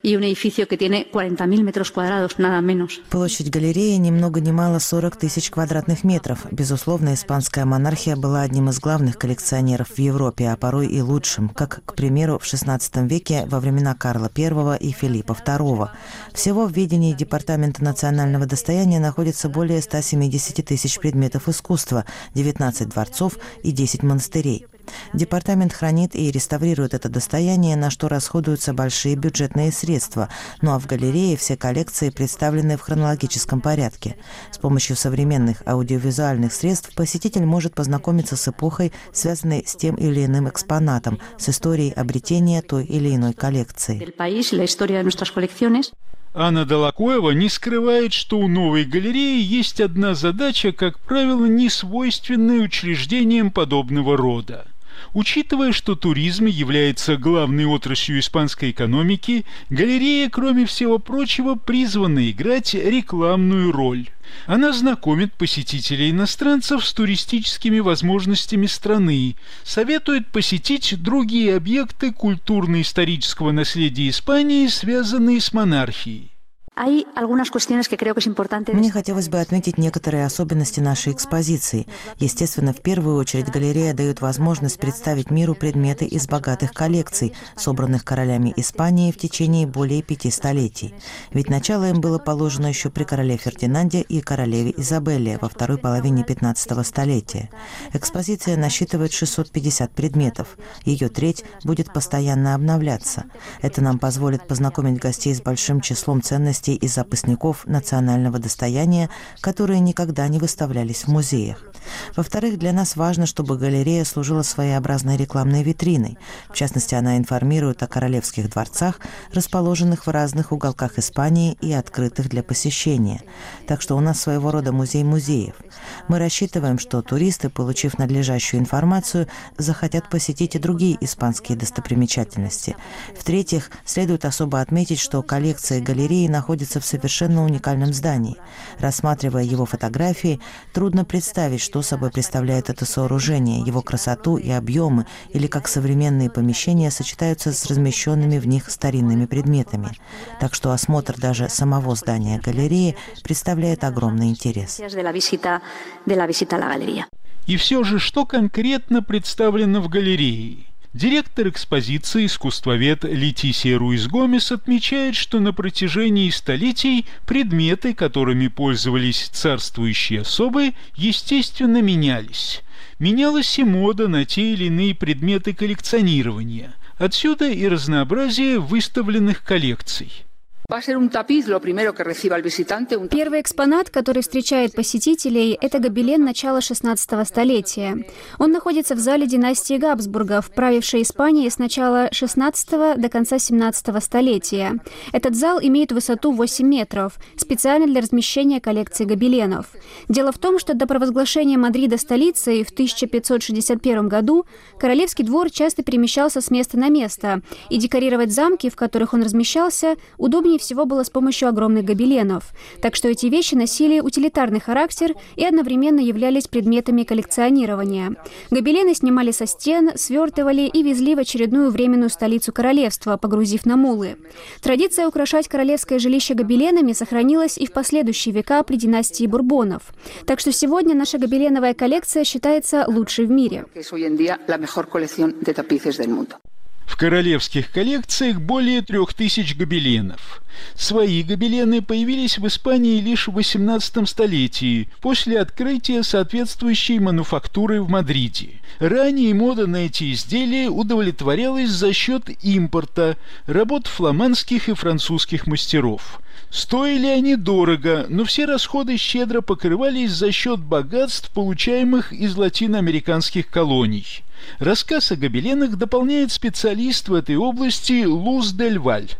Площадь галереи ни много ни мало сорок тысяч квадратных метров. Безусловно, испанская монархия была одним из главных коллекционеров в Европе, а порой и лучшим, как, к примеру, в шестнадцатом веке во времена Карла Первого и Филиппа Второго. Всего в ведении Департамента национального достояния находится более ста семидесяти тысяч предметов искусства, девятнадцать дворцов и десять монастырей. Департамент хранит и реставрирует это достояние, на что расходуются большие бюджетные средства. Ну а в галерее все коллекции представлены в хронологическом порядке. С помощью современных аудиовизуальных средств посетитель может познакомиться с эпохой, связанной с тем или иным экспонатом, с историей обретения той или иной коллекции. Анна Долокоева не скрывает, что у новой галереи есть одна задача, как правило, не свойственная учреждениям подобного рода. Учитывая, что туризм является главной отраслью испанской экономики, галерея, кроме всего прочего, призвана играть рекламную роль. Она знакомит посетителей-иностранцев с туристическими возможностями страны, советует посетить другие объекты культурно-исторического наследия Испании, связанные с монархией. Мне хотелось бы отметить некоторые особенности нашей экспозиции. Естественно, в первую очередь галерея дает возможность представить миру предметы из богатых коллекций, собранных королями Испании в течение более пяти столетий. Ведь начало им было положено еще при короле Фердинанде и королеве Изабелле во второй половине пятнадцатого столетия. Экспозиция насчитывает шестьсот пятьдесят предметов. Ее треть будет постоянно обновляться. Это нам позволит познакомить гостей с большим числом ценностей из запасников национального достояния, которые никогда не выставлялись в музеях. Во-вторых, для нас важно, чтобы галерея служила своеобразной рекламной витриной. В частности, она информирует о королевских дворцах, расположенных в разных уголках Испании и открытых для посещения. Так что у нас своего рода музей музеев. Мы рассчитываем, что туристы, получив надлежащую информацию, захотят посетить и другие испанские достопримечательности. В-третьих, следует особо отметить, что коллекция галереи находится в совершенно уникальном здании. Рассматривая его фотографии, трудно представить, что собой представляет это сооружение, его красоту и объемы, или как современные помещения сочетаются с размещенными в них старинными предметами. Так что осмотр даже самого здания галереи представляет огромный интерес. И все же, что конкретно представлено в галерее? Директор экспозиции, искусствовед Летисия Руис-Гомес, отмечает, что на протяжении столетий предметы, которыми пользовались царствующие особы, естественно менялись. Менялась и мода на те или иные предметы коллекционирования. Отсюда и разнообразие выставленных коллекций. Первый экспонат, который встречает посетителей, это гобелен начала шестнадцатого столетия. Он находится в зале династии Габсбургов, правившей Испанией с начала шестнадцатого до конца семнадцатого столетия. Этот зал имеет высоту восемь метров, специально для размещения коллекции гобеленов. Дело в том, что до провозглашения Мадрида столицей в тысяча пятьсот шестьдесят первом году королевский двор часто перемещался с места на место, и декорировать замки, в которых он размещался, удобнее всего было с помощью огромных гобеленов. Так что эти вещи носили утилитарный характер и одновременно являлись предметами коллекционирования. Гобелены снимали со стен, свертывали и везли в очередную временную столицу королевства, погрузив на мулы. Традиция украшать королевское жилище гобеленами сохранилась и в последующие века при династии Бурбонов. Так что сегодня наша гобеленовая коллекция считается лучшей в мире. В королевских коллекциях более трех тысяч гобеленов. Свои гобелены появились в Испании лишь в восемнадцатом столетии, после открытия соответствующей мануфактуры в Мадриде. Ранее мода на эти изделия удовлетворялась за счет импорта, работ фламандских и французских мастеров. Стоили они дорого, но все расходы щедро покрывались за счет богатств, получаемых из латиноамериканских колоний. Рассказ о гобеленах дополняет специалист в этой области Луз Дель Валь.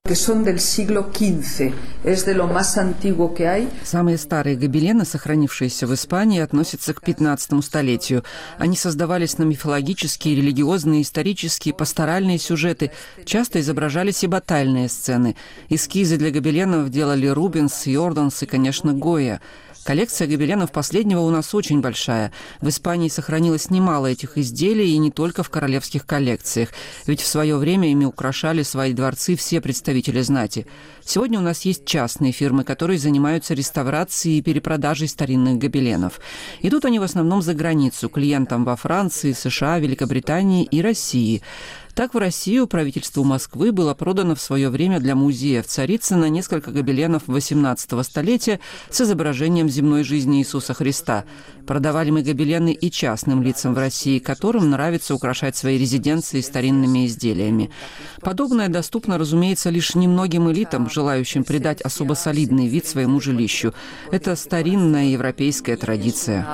Самые старые гобелены, сохранившиеся в Испании, относятся к пятнадцатому столетию. Они создавались на мифологические, религиозные, исторические, пасторальные сюжеты. Часто изображались и батальные сцены. Эскизы для гобеленов делали Рубенс, Йорданс и, конечно, Гойя. Коллекция гобеленов последнего у нас очень большая. В Испании сохранилось немало этих изделий, и не только в королевских коллекциях. Ведь в свое время ими украшали свои дворцы все представители знати. Сегодня у нас есть частные фирмы, которые занимаются реставрацией и перепродажей старинных гобеленов. Идут они в основном за границу, клиентам во Франции, США, Великобритании и России. Так в Россию правительству Москвы было продано в свое время для музея в Царицыно несколько гобеленов восемнадцатого столетия с изображением земной жизни Иисуса Христа. Продавали мы гобелены и частным лицам в России, которым нравится украшать свои резиденции старинными изделиями. Подобное доступно, разумеется, лишь немногим элитам, желающим придать особо солидный вид своему жилищу. Это старинная европейская традиция.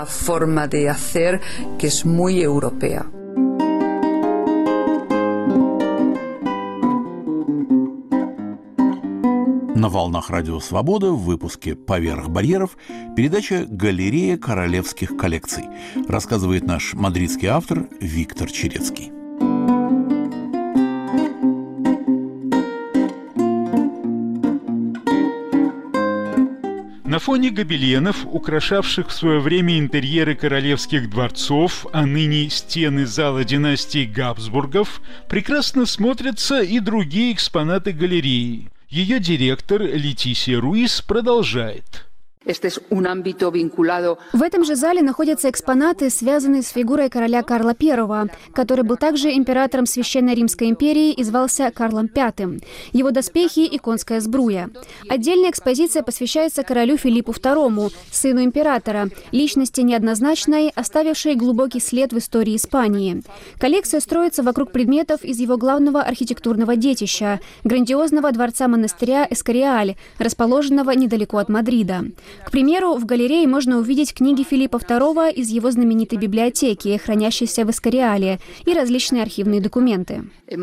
На волнах Радио Свобода в выпуске «Поверх барьеров» передача «Галерея королевских коллекций». Рассказывает наш мадридский автор Виктор Черецкий. На фоне гобеленов, украшавших в свое время интерьеры королевских дворцов, а ныне стены зала династии Габсбургов, прекрасно смотрятся и другие экспонаты галереи. Ее директор Летисия Руис продолжает. В этом же зале находятся экспонаты, связанные с фигурой короля Карла Первого, который был также императором Священной Римской империи и звался Карлом Пятым. Его доспехи и конская сбруя. Отдельная экспозиция посвящается королю Филиппу Второму, сыну императора, личности неоднозначной, оставившей глубокий след в истории Испании. Коллекция строится вокруг предметов из его главного архитектурного детища – грандиозного дворца-монастыря Эскориаль, расположенного недалеко от Мадрида. К примеру, в галерее можно увидеть книги Филиппа Второго из его знаменитой библиотеки, хранящейся в Эскориале, и различные архивные документы.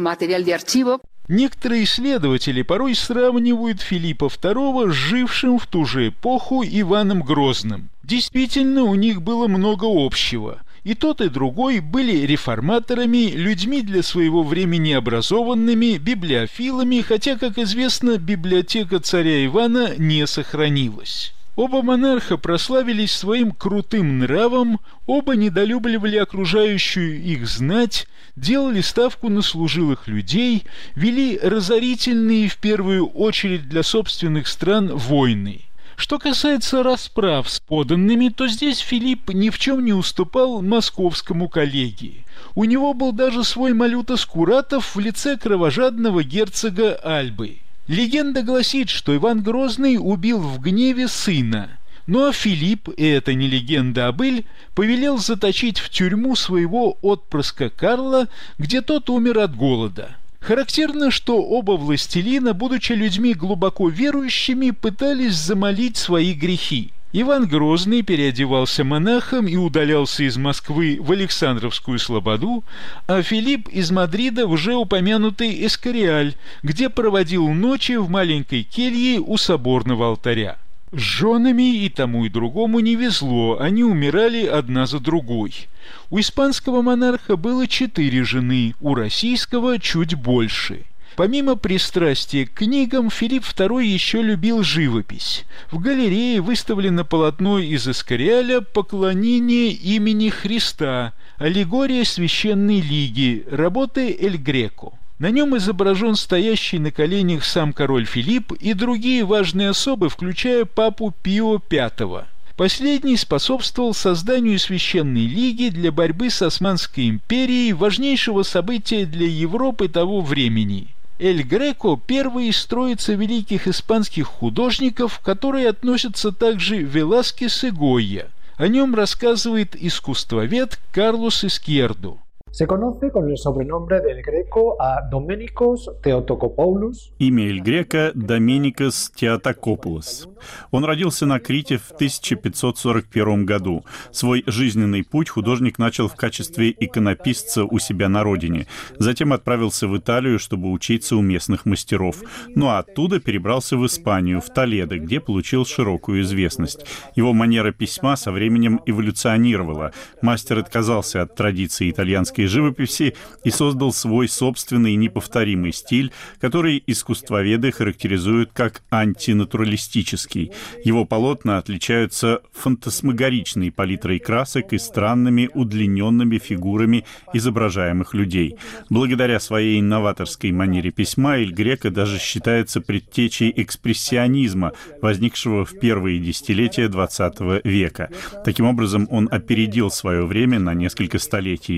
Некоторые исследователи порой сравнивают Филиппа Второго с жившим в ту же эпоху Иваном Грозным. Действительно, у них было много общего. И тот, и другой были реформаторами, людьми для своего времени образованными, библиофилами, хотя, как известно, библиотека царя Ивана не сохранилась. Оба монарха прославились своим крутым нравом, оба недолюбливали окружающую их знать, делали ставку на служилых людей, вели разорительные в первую очередь для собственных стран войны. Что касается расправ с подданными, то здесь Филипп ни в чем не уступал московскому коллеге. У него был даже свой Малюта Скуратов в лице кровожадного герцога Альбы. Легенда гласит, что Иван Грозный убил в гневе сына. Ну а Филипп, и это не легенда, а быль, повелел заточить в тюрьму своего отпрыска Карла, где тот умер от голода. Характерно, что оба властелина, будучи людьми глубоко верующими, пытались замолить свои грехи. Иван Грозный переодевался монахом и удалялся из Москвы в Александровскую слободу, а Филипп из Мадрида в уже упомянутый Эскориаль, где проводил ночи в маленькой келье у соборного алтаря. С женами и тому и другому не везло, они умирали одна за другой. У испанского монарха было четыре жены, у российского чуть больше. Помимо пристрастия к книгам, Филипп Второй еще любил живопись. В галерее выставлено полотно из Эскориаля «Поклонение имени Христа», аллегория Священной Лиги, работы Эль Греко. На нем изображен стоящий на коленях сам король Филипп и другие важные особы, включая папу Пио Пятого. Последний способствовал созданию Священной Лиги для борьбы с Османской империей, важнейшего события для Европы того времени. Эль Греко – первый из троицы великих испанских художников, которые относятся также Веласкес и Гойя. О нем рассказывает искусствовед Карлос Изкьердо. Se conoce con el sobrenombre del Greco a Domenikos Theotokopoulos. Имя Эль Греко – Доменикос Теотокопулос. Он родился на Крите в тысяча пятьсот сорок первом году. Свой жизненный путь художник начал в качестве иконописца у себя на родине. Затем отправился в Италию, чтобы учиться у местных мастеров. Ну а оттуда перебрался в Испанию, в Толедо, где получил широкую известность. Его манера письма со временем эволюционировала. Мастер отказался от традиции итальянской живописи и создал свой собственный неповторимый стиль, который искусствоведы характеризуют как антинатуралистический. Его полотна отличаются фантасмагоричной палитрой красок и странными удлиненными фигурами изображаемых людей. Благодаря своей новаторской манере письма Эль Греко даже считается предтечей экспрессионизма, возникшего в первые десятилетия двадцатого века. Таким образом, он опередил свое время на несколько столетий.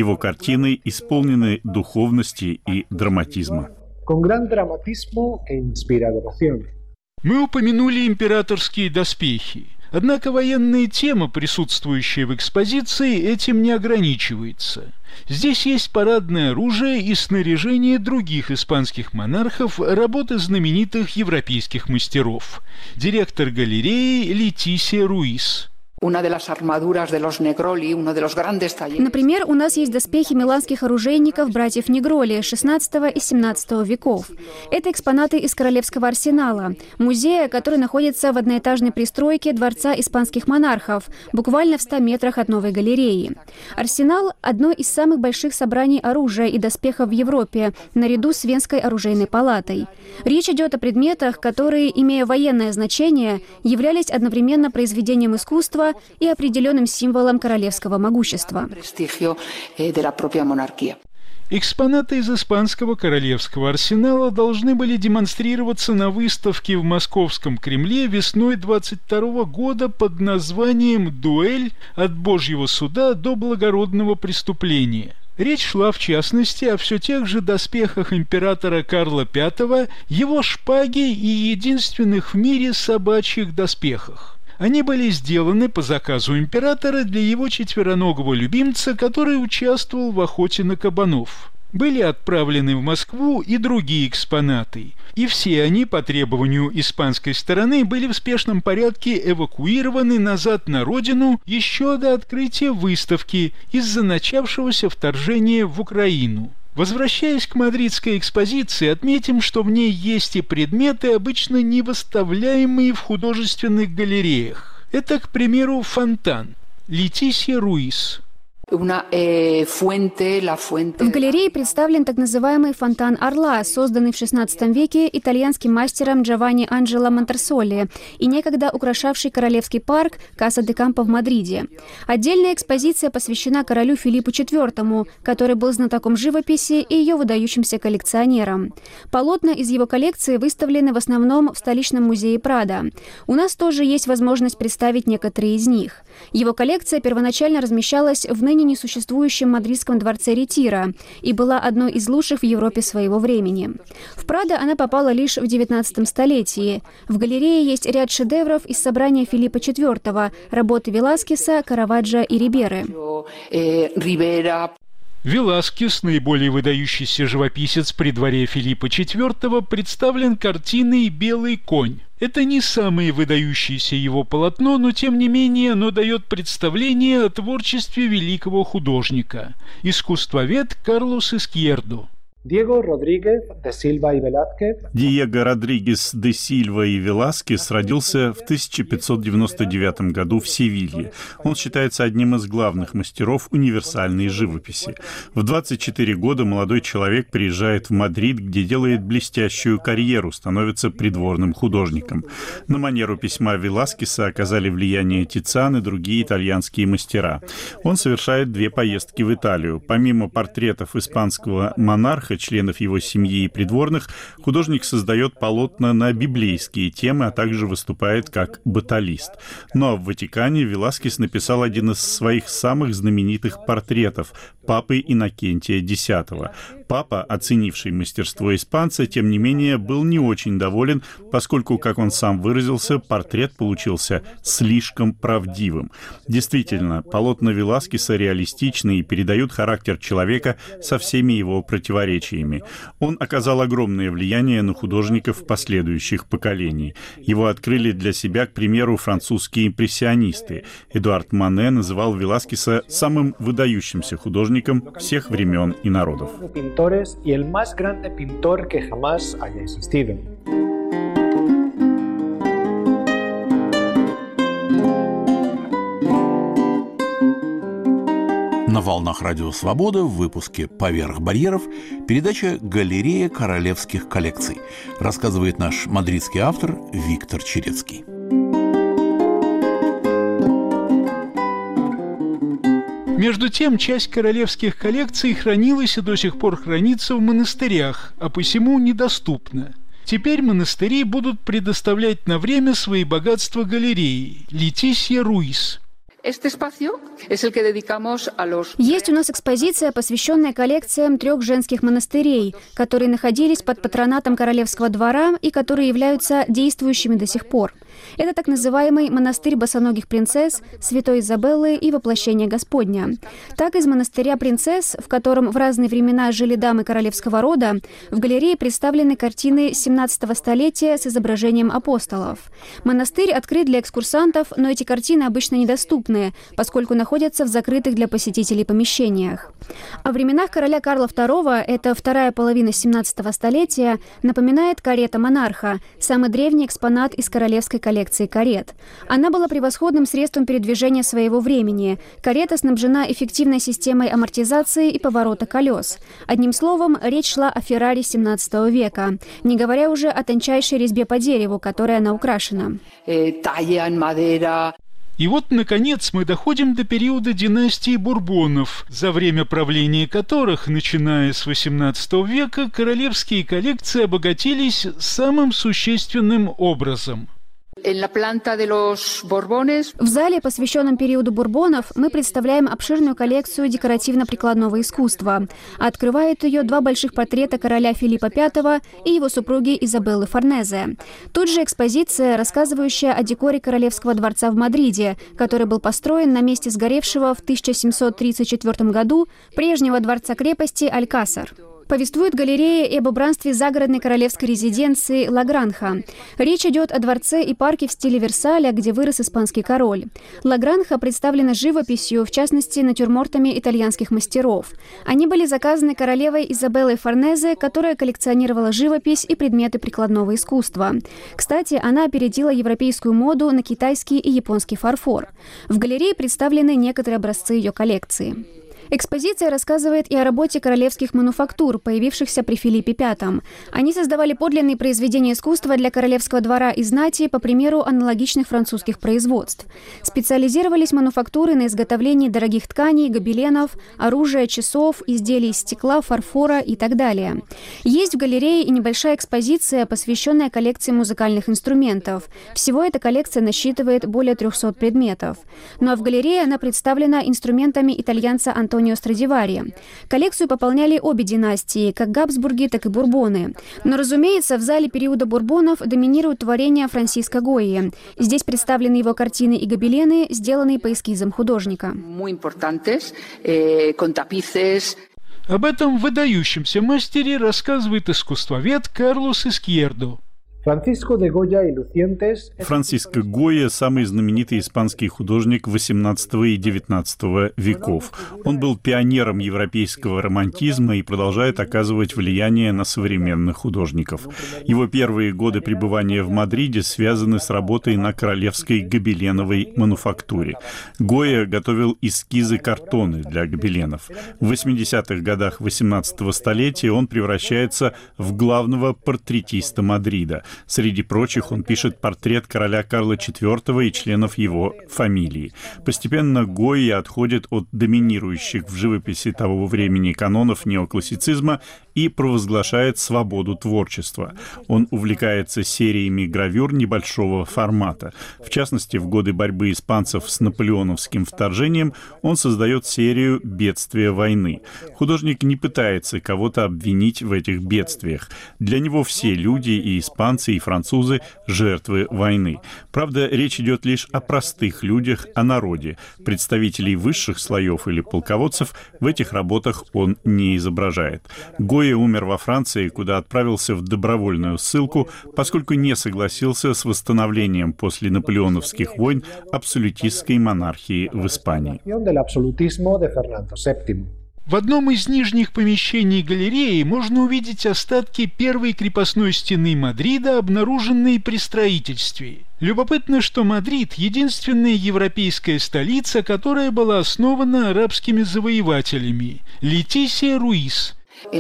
Его картины исполнены духовности и драматизма. Мы упомянули императорские доспехи. Однако военная тема, присутствующая в экспозиции, этим не ограничивается. Здесь есть парадное оружие и снаряжение других испанских монархов, работы знаменитых европейских мастеров. Директор галереи Летисия Руис. Например, у нас есть доспехи миланских оружейников братьев Негроли шестнадцатого и семнадцатого веков. Это экспонаты из Королевского арсенала, музея, который находится в одноэтажной пристройке Дворца испанских монархов, буквально в ста метрах от новой галереи. Арсенал – одно из самых больших собраний оружия и доспехов в Европе, наряду с Венской оружейной палатой. Речь идет о предметах, которые, имея военное значение, являлись одновременно произведением искусства и определенным символом королевского могущества. Экспонаты из испанского королевского арсенала должны были демонстрироваться на выставке в Московском Кремле весной двадцать второго года под названием «Дуэль от Божьего суда до благородного преступления». Речь шла, в частности, о все тех же доспехах императора Карла Пятого, его шпаге и единственных в мире собачьих доспехах. Они были сделаны по заказу императора для его четвероногого любимца, который участвовал в охоте на кабанов. Были отправлены в Москву и другие экспонаты, и все они, по требованию испанской стороны, были в спешном порядке эвакуированы назад на родину еще до открытия выставки из-за начавшегося вторжения в Украину. Возвращаясь к мадридской экспозиции, отметим, что в ней есть и предметы, обычно не выставляемые в художественных галереях. Это, к примеру, фонтан. Летисия Руис. В галерее представлен так называемый фонтан Орла, созданный в шестнадцатом веке итальянским мастером Джованни Анджело Монтерсоли и некогда украшавший королевский парк Каса де Кампо в Мадриде. Отдельная экспозиция посвящена королю Филиппу четвёртому, который был знатоком живописи и ее выдающимся коллекционером. Полотна из его коллекции выставлены в основном в столичном музее Прадо. У нас тоже есть возможность представить некоторые из них. Его коллекция первоначально размещалась в ныне несуществующем мадридском дворце Ретира и была одной из лучших в Европе своего времени. В Прадо она попала лишь в девятнадцатом столетии. В галерее есть ряд шедевров из собрания Филиппа четвёртого, работы Веласкеса, Караваджо и Риберы. Веласкес, наиболее выдающийся живописец при дворе Филиппа четвёртого, представлен картиной «Белый конь». Это не самое выдающееся его полотно, но тем не менее оно дает представление о творчестве великого художника. Искусствовед Карлос Изкьердо. Диего Родригес де Сильва и Веласкес. Диего Родригес де Сильва и Веласкес родился в тысяча пятьсот девяносто девятом году в Севилье. Он считается одним из главных мастеров универсальной живописи. В двадцать четыре года молодой человек приезжает в Мадрид, где делает блестящую карьеру, становится придворным художником. На манеру письма Веласкеса оказали влияние Тициан и другие итальянские мастера. Он совершает две поездки в Италию. Помимо портретов испанского монарха, членов его семьи и придворных, художник создает полотна на библейские темы, а также выступает как баталист. Но в Ватикане Веласкес написал один из своих самых знаменитых портретов – папы Иннокентия Десятого. Папа, оценивший мастерство испанца, тем не менее, был не очень доволен, поскольку, как он сам выразился, портрет получился слишком правдивым. Действительно, полотна Веласкеса реалистичны и передают характер человека со всеми его противоречиями. Он оказал огромное влияние на художников последующих поколений. Его открыли для себя, к примеру, французские импрессионисты. Эдуард Мане называл Веласкеса самым выдающимся художником всех времен и народов. Y el más grande pintor que jamás haya existido. На волнах Радио Свобода в выпуске «Поверх барьеров» передача «Галерея королевских коллекций», рассказывает наш мадридский автор Виктор Черецкий. Между тем, часть королевских коллекций хранилась и до сих пор хранится в монастырях, а посему недоступна. Теперь монастыри будут предоставлять на время свои богатства галереи. Летисия Руис. Есть у нас экспозиция, посвященная коллекциям трех женских монастырей, которые находились под патронатом королевского двора и которые являются действующими до сих пор. Это так называемый монастырь босоногих принцесс, Святой Изабеллы и Воплощения Господня. Так, из монастыря принцесс, в котором в разные времена жили дамы королевского рода, в галерее представлены картины семнадцатого столетия с изображением апостолов. Монастырь открыт для экскурсантов, но эти картины обычно недоступны, поскольку находятся в закрытых для посетителей помещениях. О временах короля Карла второго, это вторая половина семнадцатого столетия, напоминает карета монарха, самый древний экспонат из королевской коллекции карет. Она была превосходным средством передвижения своего времени. Карета снабжена эффективной системой амортизации и поворота колес. Одним словом, речь шла о Феррари семнадцатого века, не говоря уже о тончайшей резьбе по дереву, которой она украшена. И вот, наконец, мы доходим до периода династии Бурбонов, за время правления которых, начиная с восемнадцатого века, королевские коллекции обогатились самым существенным образом. В зале, посвященном периоду Бурбонов, мы представляем обширную коллекцию декоративно-прикладного искусства. Открывают ее два больших портрета короля Филиппа пятого и его супруги Изабеллы Форнезе. Тут же экспозиция, рассказывающая о декоре королевского дворца в Мадриде, который был построен на месте сгоревшего в тысяча семьсот тридцать четвёртом году прежнего дворца-крепости Алькасар. Повествует галерея и об убранстве загородной королевской резиденции Ла Гранха. Речь идет о дворце и парке в стиле Версаля, где вырос испанский король. Ла Гранха представлена живописью, в частности, натюрмортами итальянских мастеров. Они были заказаны королевой Изабеллой Форнезе, которая коллекционировала живопись и предметы прикладного искусства. Кстати, она опередила европейскую моду на китайский и японский фарфор. В галерее представлены некоторые образцы ее коллекции. Экспозиция рассказывает и о работе королевских мануфактур, появившихся при Филиппе пятом. Они создавали подлинные произведения искусства для королевского двора и знати, по примеру аналогичных французских производств. Специализировались мануфактуры на изготовлении дорогих тканей, гобеленов, оружия, часов, изделий из стекла, фарфора и так далее. Есть в галерее и небольшая экспозиция, посвященная коллекции музыкальных инструментов. Всего эта коллекция насчитывает более трехсот предметов. Ну а в галерее она представлена инструментами итальянца Антонио Страдивари. Коллекцию пополняли обе династии, как Габсбурги, так и Бурбоны. Но, разумеется, в зале периода Бурбонов доминируют творения Франсиско Гойи. Здесь представлены его картины и гобелены, сделанные по эскизам художника. Об этом выдающемся мастере рассказывает искусствовед Карлос Изкьердо. Франциско Гойя – самый знаменитый испанский художник восемнадцатого и девятнадцатого веков. Он был пионером европейского романтизма и продолжает оказывать влияние на современных художников. Его первые годы пребывания в Мадриде связаны с работой на королевской гобеленовой мануфактуре. Гойя готовил эскизы картоны для гобеленов. В восьмидесятых годах восемнадцатого столетия он превращается в главного портретиста Мадрида. Среди прочих он пишет портрет короля Карла четвёртого и членов его фамилии. Постепенно Гойя отходит от доминирующих в живописи того времени канонов неоклассицизма и провозглашает свободу творчества. Он увлекается сериями гравюр небольшого формата. В частности, в годы борьбы испанцев с наполеоновским вторжением он создает серию «Бедствия войны». Художник не пытается кого-то обвинить в этих бедствиях. Для него все люди, и испанцы, и французы – жертвы войны. Правда, речь идет лишь о простых людях, о народе. Представителей высших слоев или полководцев в этих работах он не изображает. Гойя умер во Франции, куда отправился в добровольную ссылку, поскольку не согласился с восстановлением после наполеоновских войн абсолютистской монархии в Испании. В одном из нижних помещений галереи можно увидеть остатки первой крепостной стены Мадрида, обнаруженные при строительстве. Любопытно, что Мадрид – единственная европейская столица, которая была основана арабскими завоевателями. Летисия Руис. В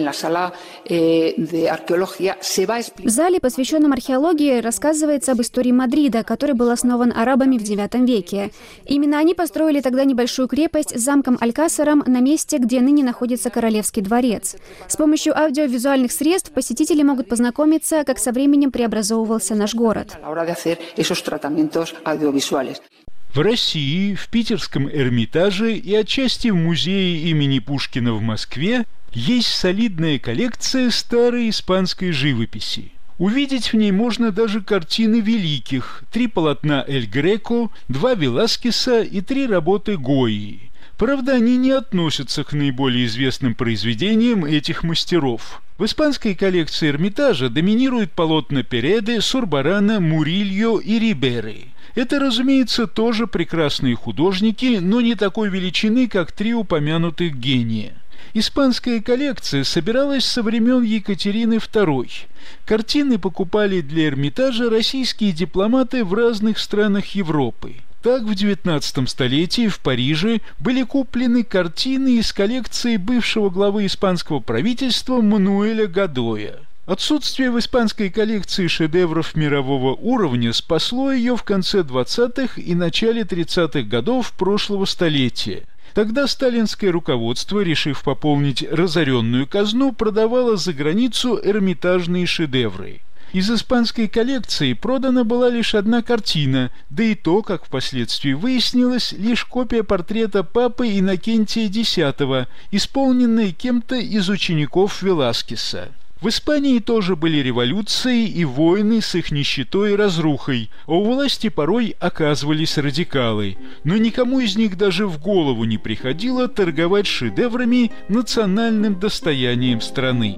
зале, посвященном археологии, рассказывается об истории Мадрида, который был основан арабами в девятом веке. Именно они построили тогда небольшую крепость с замком Алькасаром на месте, где ныне находится Королевский дворец. С помощью аудиовизуальных средств посетители могут познакомиться, как со временем преобразовывался наш город. В России, в Питерском Эрмитаже и отчасти в музее имени Пушкина в Москве есть солидная коллекция старой испанской живописи. Увидеть в ней можно даже картины великих, три полотна Эль Греко, два Веласкеса и три работы Гойи. Правда, они не относятся к наиболее известным произведениям этих мастеров. В испанской коллекции Эрмитажа доминируют полотна Переды, Сурбарана, Мурильо и Риберы. Это, разумеется, тоже прекрасные художники, но не такой величины, как три упомянутых гения. Испанская коллекция собиралась со времен Екатерины второй. Картины покупали для Эрмитажа российские дипломаты в разных странах Европы. Так, в девятнадцатом столетии в Париже были куплены картины из коллекции бывшего главы испанского правительства Мануэля Годоя. Отсутствие в испанской коллекции шедевров мирового уровня спасло ее в конце двадцатых и начале тридцатых годов прошлого столетия. Тогда сталинское руководство, решив пополнить разоренную казну, продавало за границу эрмитажные шедевры. Из испанской коллекции продана была лишь одна картина, да и то, как впоследствии выяснилось, лишь копия портрета папы Иннокентия X, исполненная кем-то из учеников Веласкеса. В Испании тоже были революции и войны с их нищетой и разрухой, а у власти порой оказывались радикалы, но никому из них даже в голову не приходило торговать шедеврами, национальным достоянием страны.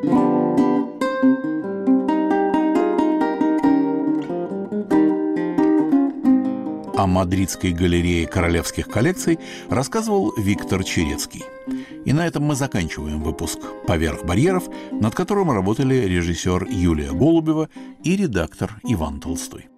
О Мадридской галерее королевских коллекций рассказывал Виктор Черецкий. И на этом мы заканчиваем выпуск «Поверх барьеров», над которым работали режиссер Юлия Голубева и редактор Иван Толстой.